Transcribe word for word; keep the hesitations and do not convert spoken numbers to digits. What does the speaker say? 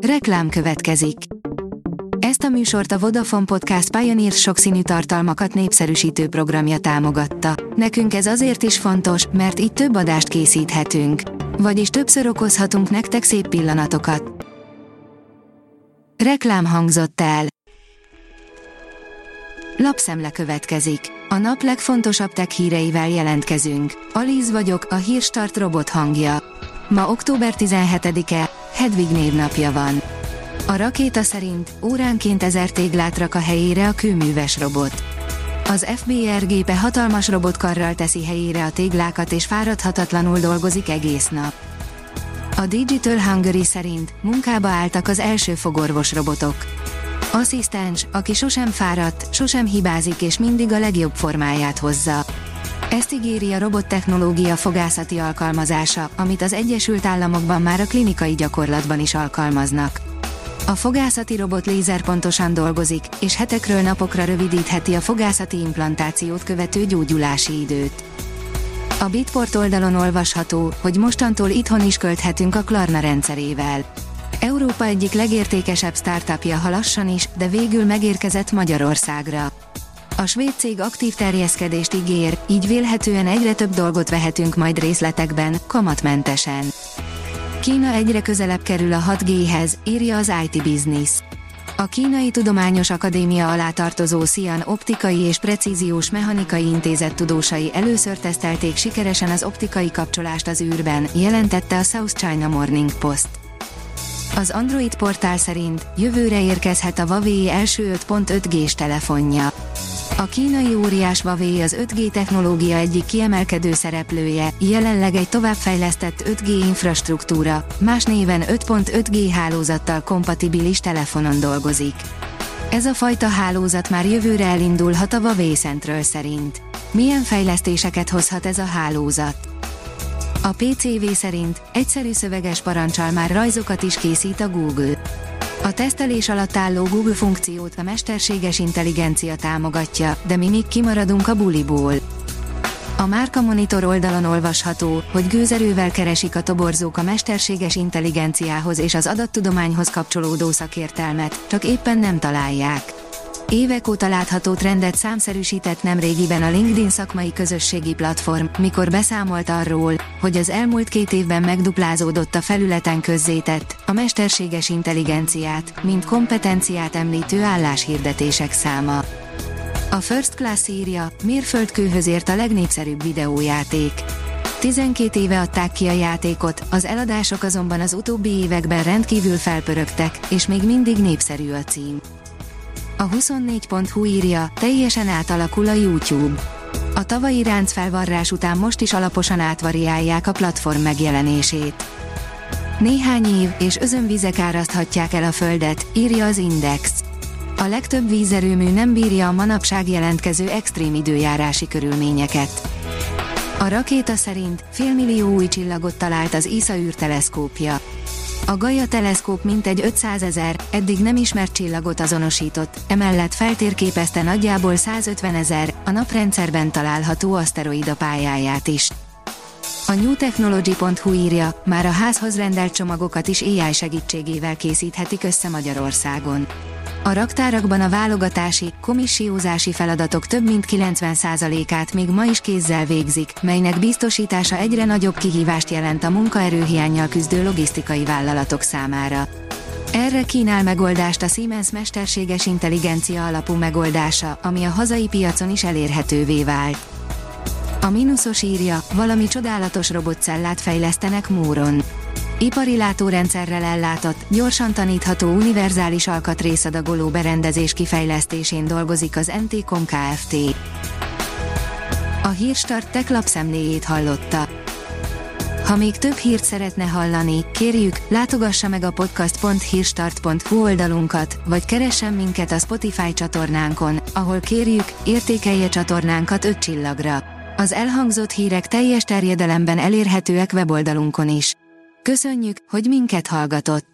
Reklám következik. Ezt a műsort a Vodafone Podcast Pioneer sokszínű tartalmakat népszerűsítő programja támogatta. Nekünk ez azért is fontos, mert így több adást készíthetünk. Vagyis többször okozhatunk nektek szép pillanatokat. Reklám hangzott el. Lapszemle következik. A nap legfontosabb tech híreivel jelentkezünk. Alíz vagyok, a Hírstart robot hangja. Ma október tizenhetedike, Hedvig névnapja van. A rakéta szerint óránként ezer téglát rak a helyére a kőműves robot. Az ef bé er gépe hatalmas robotkarral teszi helyére a téglákat és fáradhatatlanul dolgozik egész nap. A Digital Hungary szerint munkába álltak az első fogorvos robotok. Asszisztens, aki sosem fáradt, sosem hibázik és mindig a legjobb formáját hozza. Ezt ígéri a robottechnológia fogászati alkalmazása, amit az Egyesült Államokban már a klinikai gyakorlatban is alkalmaznak. A fogászati robot lézerpontosan dolgozik, és hetekről napokra rövidítheti a fogászati implantációt követő gyógyulási időt. A Bitport oldalon olvasható, hogy mostantól itthon is költhetünk a Klarna rendszerével. Európa egyik legértékesebb startupja, ha lassan is, de végül megérkezett Magyarországra. A svéd cég aktív terjeszkedést ígér, így vélhetően egyre több dolgot vehetünk majd részletekben, kamatmentesen. Kína egyre közelebb kerül a hat G-hez, írja az i té Business. A Kínai Tudományos Akadémia alá tartozó Xi'an Optikai és Precíziós Mechanikai Intézet tudósai először tesztelték sikeresen az optikai kapcsolást az űrben, jelentette a South China Morning Post. Az Android portál szerint jövőre érkezhet a Huawei első öt pont öt G-s telefonja. A kínai óriás Huawei az öt G technológia egyik kiemelkedő szereplője, jelenleg egy továbbfejlesztett öt G infrastruktúra, más néven öt pont öt G hálózattal kompatibilis telefonon dolgozik. Ez a fajta hálózat már jövőre elindulhat a Huawei Central szerint. Milyen fejlesztéseket hozhat ez a hálózat? A pé cé vé szerint egyszerű szöveges parancsal már rajzokat is készít a Google. A tesztelés alatt álló Google funkciót a mesterséges intelligencia támogatja, de mi még kimaradunk a buliból. A Márka Monitor oldalon olvasható, hogy gőzerővel keresik a toborzók a mesterséges intelligenciához és az adattudományhoz kapcsolódó szakértelmet, csak éppen nem találják. Évek óta látható trendet számszerűsített nemrégiben a LinkedIn szakmai közösségi platform, mikor beszámolt arról, hogy az elmúlt két évben megduplázódott a felületen közzétett, a mesterséges intelligenciát, mint kompetenciát említő álláshirdetések száma. A First Class írja, mérföldkőhöz ért a legnépszerűbb videójáték. tizenkét éve adták ki a játékot, az eladások azonban az utóbbi években rendkívül felpörögtek, és még mindig népszerű a cím. A huszonnégy pont hu írja, teljesen átalakul a YouTube. A tavalyi ráncfelvarrás után most is alaposan átvariálják a platform megjelenését. Néhány év és özönvizek áraszthatják el a Földet, írja az Index. A legtöbb vízerőmű nem bírja a manapság jelentkező extrém időjárási körülményeket. A rakéta szerint félmillió új csillagot talált az i es á űrteleszkópja. A Gaia teleszkóp mintegy ötszázezer, eddig nem ismert csillagot azonosított, emellett feltérképezte nagyjából százötvenezer, a naprendszerben található aszteroida pályáját is. A new technology pont hu írja, már a házhoz rendelt csomagokat is á i segítségével készíthetik össze Magyarországon. A raktárakban a válogatási, komissiózási feladatok több mint kilencven százalékát még ma is kézzel végzik, melynek biztosítása egyre nagyobb kihívást jelent a munkaerőhiánnyal küzdő logisztikai vállalatok számára. Erre kínál megoldást a Siemens mesterséges intelligencia alapú megoldása, ami a hazai piacon is elérhetővé vált. A mínuszos írja, valami csodálatos robotcellát fejlesztenek Móron. Ipari látórendszerrel ellátott, gyorsan tanítható univerzális alkatrészadagoló berendezés kifejlesztésén dolgozik az en té kom Kft. A Hírstart Tech lapszemléjét hallotta. Ha még több hírt szeretne hallani, kérjük, látogassa meg a podcast pont hírstart pont hu oldalunkat, vagy keressen minket a Spotify csatornánkon, ahol kérjük, értékelje csatornánkat öt csillagra. Az elhangzott hírek teljes terjedelemben elérhetőek weboldalunkon is. Köszönjük, hogy minket hallgatott!